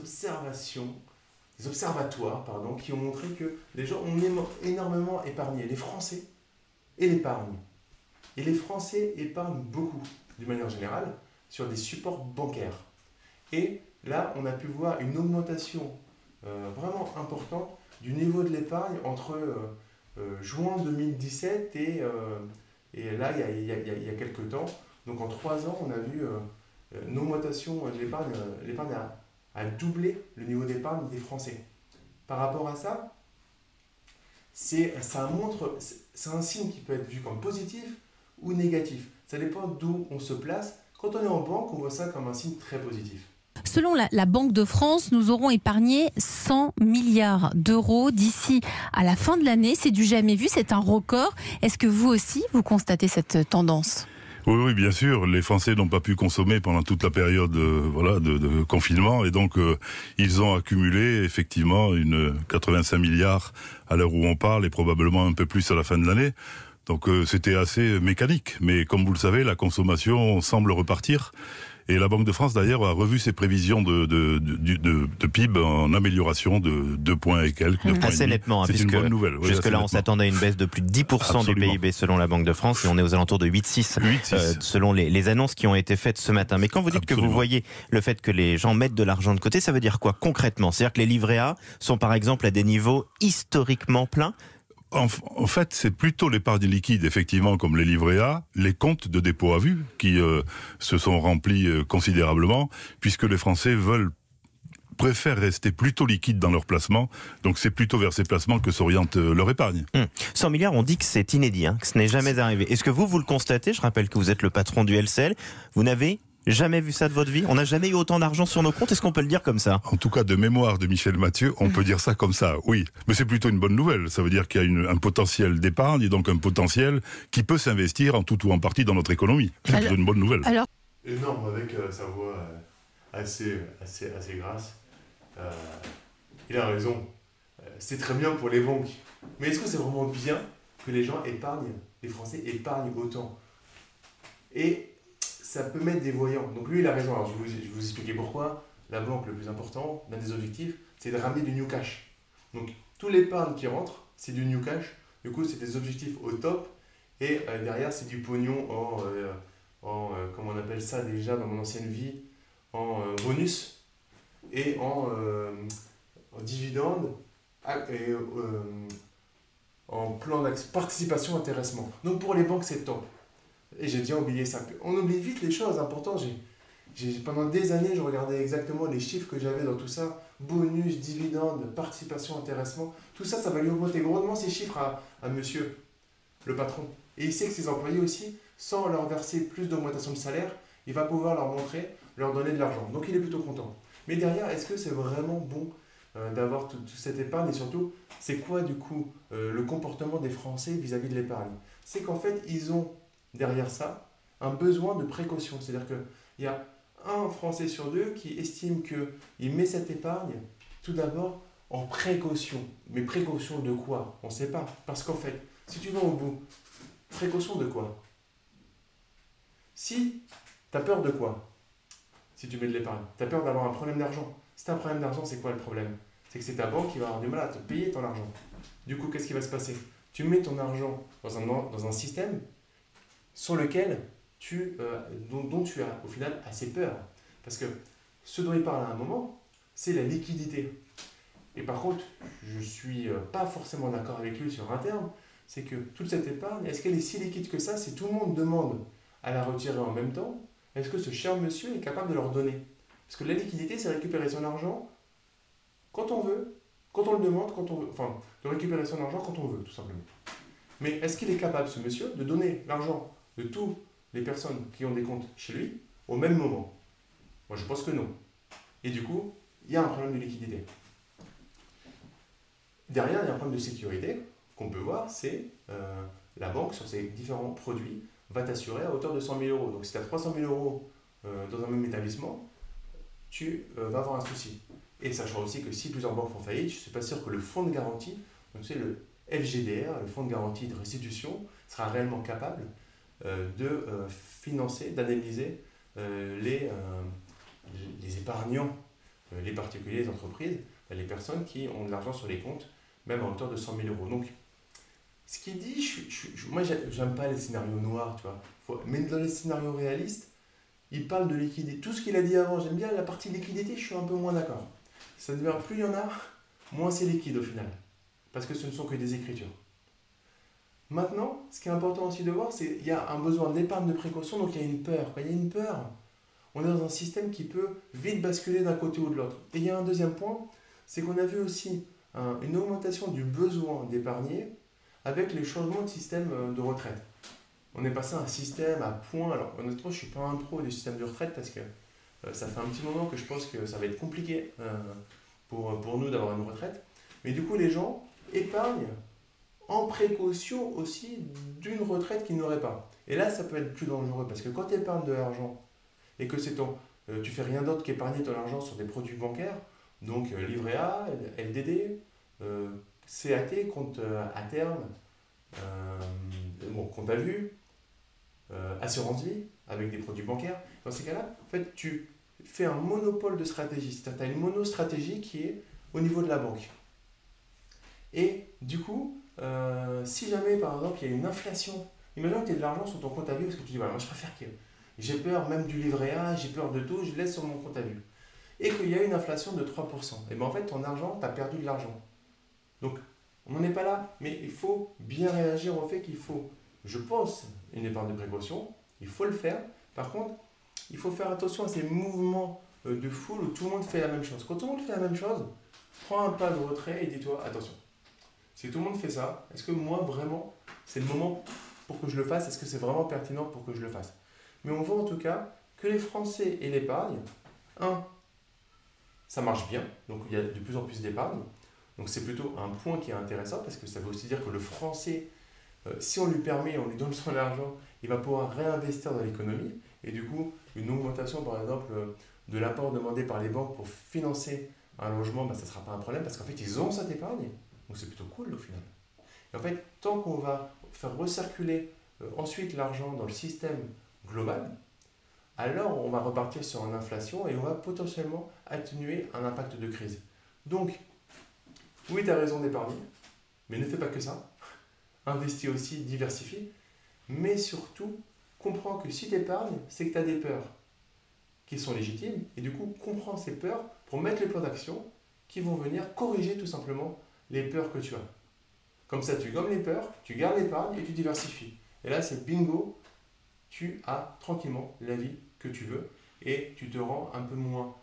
observatoires, qui ont montré que les gens ont énormément épargné. Les Français et l'épargne. Et les Français épargnent beaucoup, d'une manière générale, sur des supports bancaires. Et là, on a pu voir une augmentation vraiment importante du niveau de l'épargne entre juin 2017 et là, il y a quelques temps. Donc en 3 ans, on a vu une augmentation de l'épargne. L'épargne a doublé le niveau d'épargne des Français. Par rapport à ça, c'est un signe qui peut être vu comme positif ou négatif. Ça dépend d'où on se place. Quand on est en banque, on voit ça comme un signe très positif. Selon la Banque de France, nous aurons épargné 100 milliards d'euros d'ici à la fin de l'année. C'est du jamais vu, c'est un record. Est-ce que vous aussi, vous constatez cette tendance ? Oui, bien sûr. Les Français n'ont pas pu consommer pendant toute la période de confinement et donc ils ont accumulé effectivement 85 milliards à l'heure où on parle et probablement un peu plus à la fin de l'année. Donc c'était assez mécanique. Mais comme vous le savez, la consommation semble repartir. Et la Banque de France, d'ailleurs, a revu ses prévisions de PIB en amélioration de 2 points et quelques. Assez nettement, c'est une bonne nouvelle. Oui, jusque-là, on s'attendait à une baisse de plus de 10% Absolument. du PIB selon la Banque de France, et on est aux alentours de 8,6 selon les annonces qui ont été faites ce matin. Mais quand vous dites Absolument. que vous voyez le fait que les gens mettent de l'argent de côté, ça veut dire quoi concrètement? C'est-à-dire que les livrets A sont par exemple à des niveaux historiquement pleins? En fait, c'est plutôt l'épargne liquide, effectivement, comme les livrets A, les comptes de dépôt à vue, qui se sont remplis considérablement, puisque les Français préfèrent rester plutôt liquides dans leurs placements. Donc c'est plutôt vers ces placements que s'oriente leur épargne. 100 milliards, on dit que c'est inédit, que ce n'est jamais arrivé. Est-ce que vous le constatez? Je rappelle que vous êtes le patron du LCL. Vous n'avez jamais vu ça de votre vie? On n'a jamais eu autant d'argent sur nos comptes? Est-ce qu'on peut le dire comme ça? En tout cas, de mémoire de Michel Mathieu, on peut dire ça comme ça, oui. Mais c'est plutôt une bonne nouvelle. Ça veut dire qu'il y a un potentiel d'épargne et donc un potentiel qui peut s'investir en tout ou en partie dans notre économie. C'est plutôt une bonne nouvelle. Alors, Énorme, avec sa voix assez grasse. Il a raison. C'est très bien pour les banques. Mais est-ce que c'est vraiment bien que les gens épargnent, les Français épargnent autant? Et ça peut mettre des voyants. Donc lui, il a raison. Alors, je vais vous expliquer pourquoi. La banque, le plus important, l'un des objectifs, c'est de ramener du new cash. Donc, tout l'épargne qui rentre, c'est du new cash. Du coup, c'est des objectifs au top. Et derrière, c'est du pognon comment on appelle ça déjà dans mon ancienne vie, en bonus et en dividende et en plan de participation intéressement. Donc, pour les banques, c'est top. Et j'ai déjà oublié ça. On oublie vite les choses importantes. Pendant des années, je regardais exactement les chiffres que j'avais dans tout ça. Bonus, dividendes, participation, intéressement. Tout ça, ça va lui augmenter grandement ces chiffres à monsieur, le patron. Et il sait que ses employés aussi, sans leur verser plus d'augmentation de salaire, il va pouvoir leur montrer, leur donner de l'argent. Donc il est plutôt content. Mais derrière, est-ce que c'est vraiment bon d'avoir toute cette épargne? Et surtout, c'est quoi du coup le comportement des Français vis-à-vis de l'épargne? C'est qu'en fait, ils ont derrière ça un besoin de précaution. C'est-à-dire qu'il y a un Français sur 2 qui estime qu'il met cette épargne tout d'abord en précaution. Mais précaution de quoi? On ne sait pas. Parce qu'en fait, si tu vas au bout, précaution de quoi? Si tu as peur de quoi? Si tu mets de l'épargne, tu as peur d'avoir un problème d'argent. Si tu as un problème d'argent, c'est quoi le problème? C'est que c'est ta banque qui va avoir du mal à te payer ton argent. Du coup, qu'est-ce qui va se passer? Tu mets ton argent dans un système sur lequel dont tu as au final assez peur. Parce que ce dont il parle à un moment, c'est la liquidité. Et par contre, je ne suis pas forcément d'accord avec lui sur un terme, c'est que toute cette épargne, est-ce qu'elle est si liquide que ça? Si tout le monde demande à la retirer en même temps, est-ce que ce cher monsieur est capable de leur donner? Parce que la liquidité, c'est récupérer son argent quand on veut, quand on le demande, quand on veut. Enfin, de récupérer son argent quand on veut, tout simplement. Mais est-ce qu'il est capable, ce monsieur, de donner l'argent de toutes les personnes qui ont des comptes chez lui au même moment? Moi, je pense que non. Et du coup, il y a un problème de liquidité. Derrière, il y a un problème de sécurité qu'on peut voir, c'est la banque, sur ses différents produits, va t'assurer à hauteur de 100 000 euros. Donc si tu as 300 000 euros dans un même établissement, tu vas avoir un souci. Et sachant aussi que si plusieurs banques font faillite, je ne suis pas sûr que le fonds de garantie, donc c'est le FGDR, le fonds de garantie de restitution, sera réellement capable de financer, d'indemniser les épargnants, les particuliers, les entreprises, les personnes qui ont de l'argent sur les comptes, même à hauteur de 100 000 euros. Donc, ce qu'il dit, moi, j'aime pas les scénarios noirs, tu vois. Mais dans les scénarios réalistes, il parle de liquidité. Tout ce qu'il a dit avant, j'aime bien la partie liquidité, je suis un peu moins d'accord. Ça devient, plus il y en a, moins c'est liquide au final. Parce que ce ne sont que des écritures. Maintenant, ce qui est important aussi de voir, c'est qu'il y a un besoin d'épargne de précaution, donc il y a une peur. Quand il y a une peur, on est dans un système qui peut vite basculer d'un côté ou de l'autre. Et il y a un deuxième point, c'est qu'on a vu aussi une augmentation du besoin d'épargner avec les changements de système de retraite. On est passé à un système à points. Alors honnêtement, je ne suis pas un pro des systèmes de retraite parce que ça fait un petit moment que je pense que ça va être compliqué pour nous d'avoir une retraite. Mais du coup, les gens épargnent en précaution aussi d'une retraite qu'ils n'auraient pas. Et là, ça peut être plus dangereux parce que quand tu épargnes de l'argent et que tu fais rien d'autre qu'épargner ton argent sur des produits bancaires, donc livret A, LDD, CAT, compte à terme, compte à vue, assurance vie avec des produits bancaires. Dans ces cas-là, en fait, tu fais un monopole de stratégie. C'est-à-dire que tu as une monostratégie qui est au niveau de la banque. Et du coup, si jamais, par exemple, il y a une inflation, imagine que tu as de l'argent sur ton compte à vue parce que tu dis, voilà, moi je préfère que j'ai peur même du livret A, j'ai peur de tout, je laisse sur mon compte à vue. Et qu'il y a une inflation de 3%. Et bien en fait, ton argent, tu as perdu de l'argent. Donc, on n'en est pas là, mais il faut bien réagir au fait qu'il faut, je pense, une épargne de précaution, il faut le faire. Par contre, il faut faire attention à ces mouvements de foule où tout le monde fait la même chose. Quand tout le monde fait la même chose, prends un pas de retrait et dis-toi, attention, si tout le monde fait ça, est-ce que moi, vraiment, c'est le moment pour que je le fasse? Est-ce que c'est vraiment pertinent pour que je le fasse? Mais on voit en tout cas que les Français et l'épargne, ça marche bien, donc il y a de plus en plus d'épargne. Donc c'est plutôt un point qui est intéressant parce que ça veut aussi dire que le Français, si on lui permet, on lui donne son argent, il va pouvoir réinvestir dans l'économie. Et du coup, une augmentation par exemple de l'apport demandé par les banques pour financer un logement, ça ne sera pas un problème parce qu'en fait ils ont cette épargne. Donc c'est plutôt cool au final. Et en fait, tant qu'on va faire recirculer ensuite l'argent dans le système global, alors on va repartir sur une inflation et on va potentiellement atténuer un impact de crise. Donc, oui, tu as raison d'épargner, mais ne fais pas que ça. Investis aussi, diversifie, mais surtout, comprends que si tu épargnes, c'est que tu as des peurs qui sont légitimes, et du coup, comprends ces peurs pour mettre les plans d'action qui vont venir corriger tout simplement les peurs que tu as. Comme ça, tu gommes les peurs, tu gardes l'épargne et tu diversifies. Et là, c'est bingo, tu as tranquillement la vie que tu veux et tu te rends un peu moins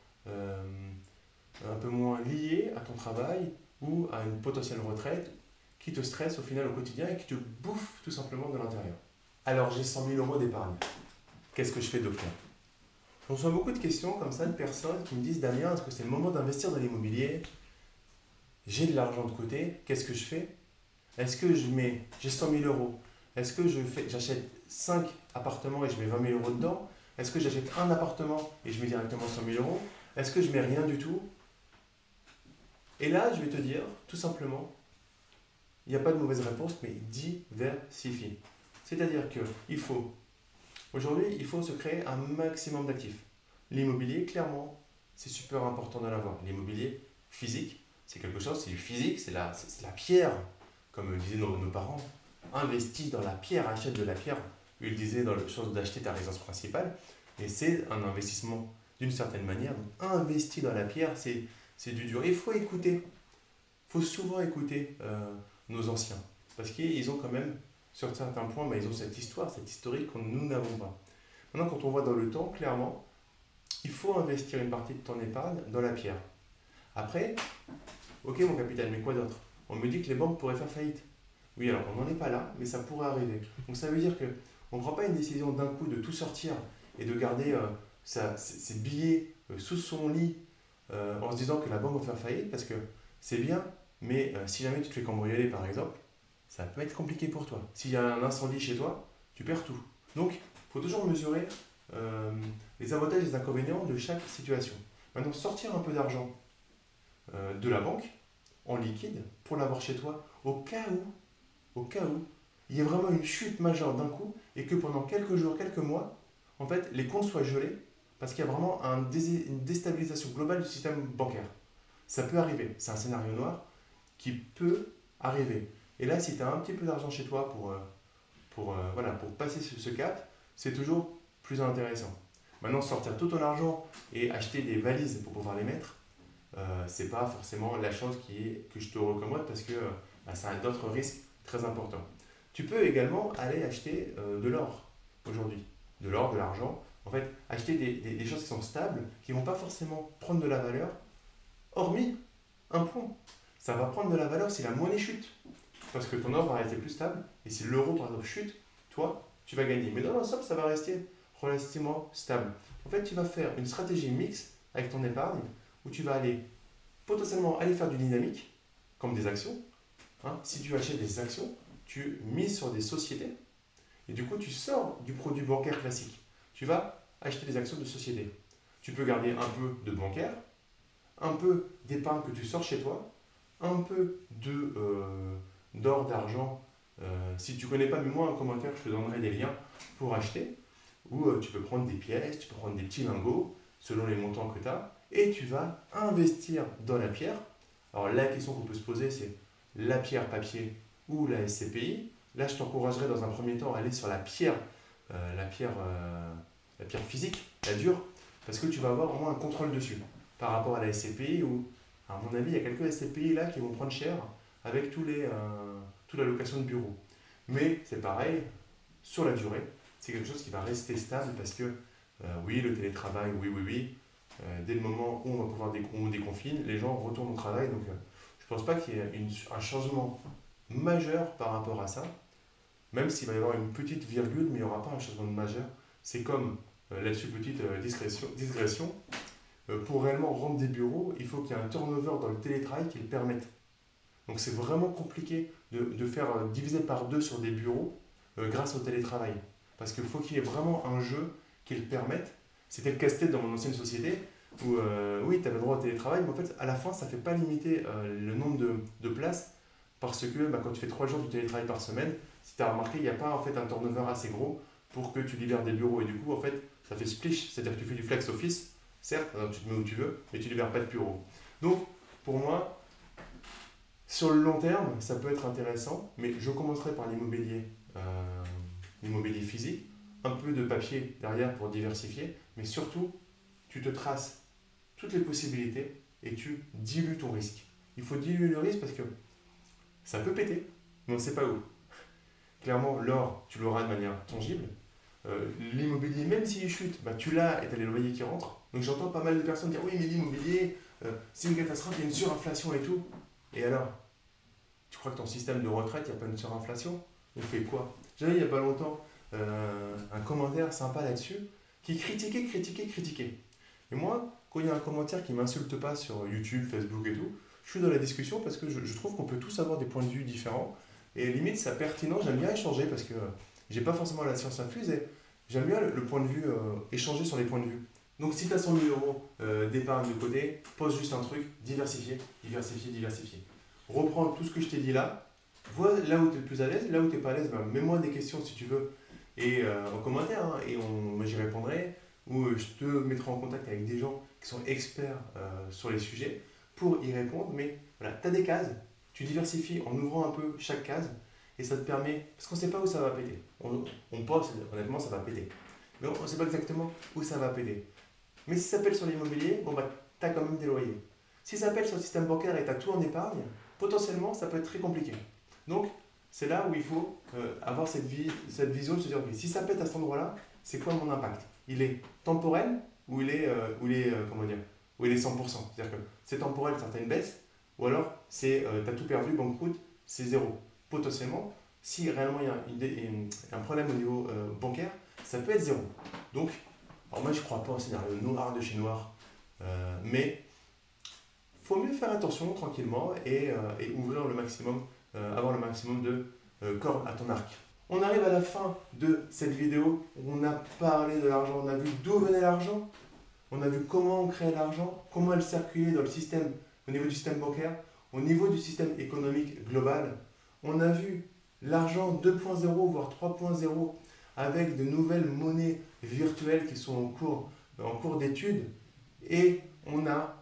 lié à ton travail ou à une potentielle retraite qui te stresse au final au quotidien et qui te bouffe tout simplement de l'intérieur. Alors, j'ai 100 000 euros d'épargne. Qu'est-ce que je fais, docteur? Je reçois beaucoup de questions comme ça de personnes qui me disent, Damien, est-ce que c'est le moment d'investir dans l'immobilier? J'ai de l'argent de côté, qu'est-ce que je fais? Est-ce que j'ai 100 000 euros? Est-ce que j'achète 5 appartements et je mets 20 000 euros dedans? Est-ce que j'achète un appartement et je mets directement 100 000 euros? Est-ce que je mets rien du tout? Et là, je vais te dire, tout simplement, il n'y a pas de mauvaise réponse, mais diversifie. C'est-à-dire aujourd'hui, il faut se créer un maximum d'actifs. L'immobilier, clairement, c'est super important de l'avoir. L'immobilier physique, c'est quelque chose, c'est du physique, c'est la pierre, comme disaient nos parents. Investis dans la pierre, achète de la pierre. Ils disaient dans le sens d'acheter ta résidence principale. Et c'est un investissement d'une certaine manière. Donc, investir dans la pierre, c'est du dur. Il faut écouter. Il faut souvent écouter nos anciens. Parce qu'ils ont quand même, sur certains points, ils ont cette histoire, cette historique que nous n'avons pas. Maintenant, quand on voit dans le temps, clairement, il faut investir une partie de ton épargne dans la pierre. Après, ok mon capitaine, mais quoi d'autre? On me dit que les banques pourraient faire faillite. Oui, alors on n'en est pas là, mais ça pourrait arriver. Donc ça veut dire qu'on ne prend pas une décision d'un coup de tout sortir et de garder ses billets sous son lit en se disant que la banque va faire faillite, parce que c'est bien, mais si jamais tu te fais cambrioler par exemple, ça peut être compliqué pour toi. S'il y a un incendie chez toi, tu perds tout. Donc, il faut toujours mesurer les avantages et les inconvénients de chaque situation. Maintenant, sortir un peu d'argent de la banque en liquide pour l'avoir chez toi au cas où il y a vraiment une chute majeure d'un coup et que pendant quelques jours, quelques mois, en fait, les comptes soient gelés parce qu'il y a vraiment une déstabilisation globale du système bancaire. Ça peut arriver, c'est un scénario noir qui peut arriver. Et là, si tu as un petit peu d'argent chez toi pour passer ce cap, c'est toujours plus intéressant. Maintenant, sortir tout ton argent et acheter des valises pour pouvoir les mettre, c'est pas forcément la chose que je te recommande parce que ça a d'autres risques très importants. Tu peux également aller acheter de l'or aujourd'hui, de l'or, de l'argent. En fait, acheter des choses qui sont stables, qui ne vont pas forcément prendre de la valeur, hormis un point. Ça va prendre de la valeur si la monnaie chute. Parce que ton or va rester plus stable. Et si l'euro, par exemple, chute, toi, tu vas gagner. Mais dans l'ensemble, ça va rester relativement stable. En fait, tu vas faire une stratégie mixte avec ton épargne où tu vas potentiellement aller faire du dynamique, comme des actions. Si tu achètes des actions, tu mises sur des sociétés. Et du coup, tu sors du produit bancaire classique. Tu vas acheter des actions de société. Tu peux garder un peu de bancaire, un peu d'épargne que tu sors chez toi, un peu d'or, d'argent. Si tu ne connais pas, mets-moi un commentaire, je te donnerai des liens pour acheter. Ou tu peux prendre des pièces, tu peux prendre des petits lingots, selon les montants que tu as, et tu vas investir dans la pierre. Alors la question qu'on peut se poser, c'est la pierre papier ou la SCPI. Là, je t'encouragerais dans un premier temps à aller sur la pierre physique, la dure, parce que tu vas avoir au moins un contrôle dessus par rapport à la SCPI où, à mon avis, il y a quelques SCPI là qui vont prendre cher avec toute la location de bureau. Mais c'est pareil, sur la durée, c'est quelque chose qui va rester stable parce que, oui, le télétravail, oui. Dès le moment où on va pouvoir déconfine, les gens retournent au travail. Donc, je ne pense pas qu'il y ait un changement majeur par rapport à ça. Même s'il va y avoir une petite virgule, mais il n'y aura pas un changement majeur. C'est comme, là-dessus, petite digression. Pour réellement rendre des bureaux, il faut qu'il y ait un turnover dans le télétravail qui le permette. Donc c'est vraiment compliqué de faire diviser par 2 sur des bureaux grâce au télétravail. Parce qu'il faut qu'il y ait vraiment un jeu qui le permette. C'était le casse-tête dans mon ancienne société où, oui, tu avais le droit au télétravail, mais en fait, à la fin, ça ne fait pas limiter le nombre de places parce que quand tu fais 3 jours de télétravail par semaine, si tu as remarqué, il n'y a pas en fait un turnover assez gros pour que tu libères des bureaux. Et du coup, en fait, ça fait splish, c'est-à-dire que tu fais du flex office, certes, tu te mets où tu veux, mais tu ne libères pas de bureau. Donc, pour moi, sur le long terme, ça peut être intéressant, mais je commencerai par l'immobilier physique, un peu de papier derrière pour diversifier, mais surtout, tu te traces toutes les possibilités et tu dilues ton risque. Il faut diluer le risque parce que ça peut péter, mais on ne sait pas où. Clairement, l'or, tu l'auras de manière tangible. L'immobilier, même s'il chute, tu l'as et tu as les loyers qui rentrent. Donc j'entends pas mal de personnes dire oui, mais l'immobilier, c'est une catastrophe, il y a une surinflation et tout. Et alors, tu crois que ton système de retraite, il n'y a pas une surinflation? On fait quoi? J'avais il n'y a pas longtemps un commentaire sympa là-dessus qui critiquait. Et moi, quand il y a un commentaire qui ne m'insulte pas sur YouTube, Facebook et tout, je suis dans la discussion parce que je trouve qu'on peut tous avoir des points de vue différents. Et limite, c'est pertinent, j'aime bien échanger parce que j'ai pas forcément la science infuse et j'aime bien le point de vue, échanger sur les points de vue. Donc si tu as 100 000 euros d'épargne de côté, pose juste un truc, diversifier. Reprends tout ce que je t'ai dit là, vois là où tu es le plus à l'aise, là où tu n'es pas à l'aise, mets-moi des questions si tu veux et en commentaire et moi j'y répondrai ou je te mettrai en contact avec des gens qui sont experts sur les sujets pour y répondre. Mais voilà, tu as des cases. Tu diversifies en ouvrant un peu chaque case et ça te permet, parce qu'on ne sait pas où ça va péter. On pense, honnêtement, ça va péter. Mais on ne sait pas exactement où ça va péter. Mais si ça pète sur l'immobilier, tu as quand même des loyers. Si ça pète sur le système bancaire et tu as tout en épargne, potentiellement, ça peut être très compliqué. Donc, c'est là où il faut avoir cette vision de se dire, okay, si ça pète à cet endroit-là, c'est quoi mon impact? Il est temporel où il est 100%. C'est-à-dire que c'est temporel, certaines baisses, ou alors tu as tout perdu, banqueroute, c'est zéro. Potentiellement, si réellement il y a un problème au niveau bancaire, ça peut être zéro. Donc, alors moi je ne crois pas au scénario noir de chez noir, mais il faut mieux faire attention tranquillement et ouvrir le maximum, avoir le maximum de cordes à ton arc. On arrive à la fin de cette vidéo où on a parlé de l'argent, on a vu d'où venait l'argent, on a vu comment on créait l'argent, comment elle circulait dans le système, au niveau du système bancaire, au niveau du système économique global. On a vu l'argent 2.0 voire 3.0 avec de nouvelles monnaies virtuelles qui sont en cours d'étude, et on a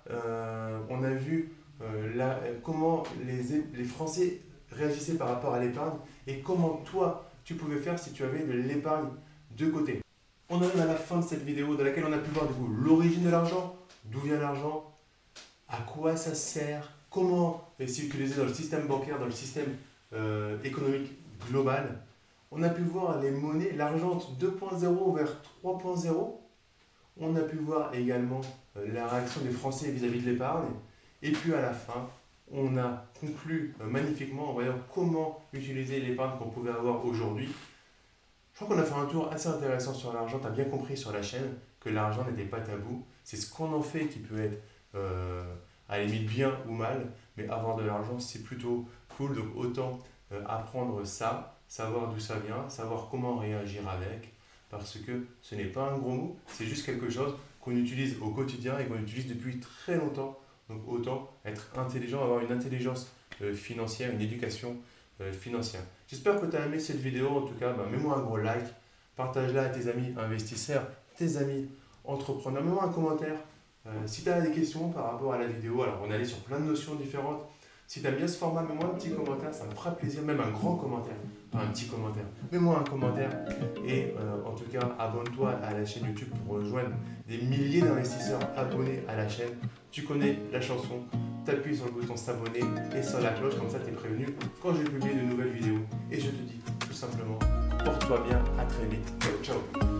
vu comment les Français réagissaient par rapport à l'épargne et comment toi tu pouvais faire si tu avais de l'épargne de côté. On arrive à la fin de cette vidéo dans laquelle on a pu voir du coup l'origine de l'argent, d'où vient l'argent, à quoi ça sert, comment c'est utilisé dans le système bancaire, dans le système économique global. On a pu voir les monnaies, l'argent 2.0 vers 3.0. On a pu voir également la réaction des Français vis-à-vis de l'épargne. Et puis à la fin, on a conclu magnifiquement en voyant comment utiliser l'épargne qu'on pouvait avoir aujourd'hui. Je crois qu'on a fait un tour assez intéressant sur l'argent. Tu as bien compris sur la chaîne que l'argent n'était pas tabou. C'est ce qu'on en fait qui peut être à la limite bien ou mal. Mais avoir de l'argent, c'est plutôt cool. Donc autant apprendre ça, savoir d'où ça vient, savoir comment réagir avec. Parce que ce n'est pas un gros mot, c'est juste quelque chose qu'on utilise au quotidien et qu'on utilise depuis très longtemps. Donc autant être intelligent, avoir une intelligence financière, une éducation financière. J'espère que tu as aimé cette vidéo. En tout cas, mets-moi un gros like, partage-la à tes amis investisseurs, tes amis entrepreneurs. Mets-moi un commentaire si tu as des questions par rapport à la vidéo. Alors on est allé sur plein de notions différentes. Si tu aimes bien ce format, mets-moi un petit commentaire, ça me fera plaisir, même un grand commentaire, pas un petit commentaire. Mets-moi un commentaire et en tout cas, abonne-toi à la chaîne YouTube pour rejoindre des milliers d'investisseurs abonnés à la chaîne. Tu connais la chanson, t'appuies sur le bouton s'abonner et sur la cloche, comme ça tu es prévenu quand je publie de nouvelles vidéos. Et je te dis tout simplement, porte-toi bien, à très vite, ciao ciao.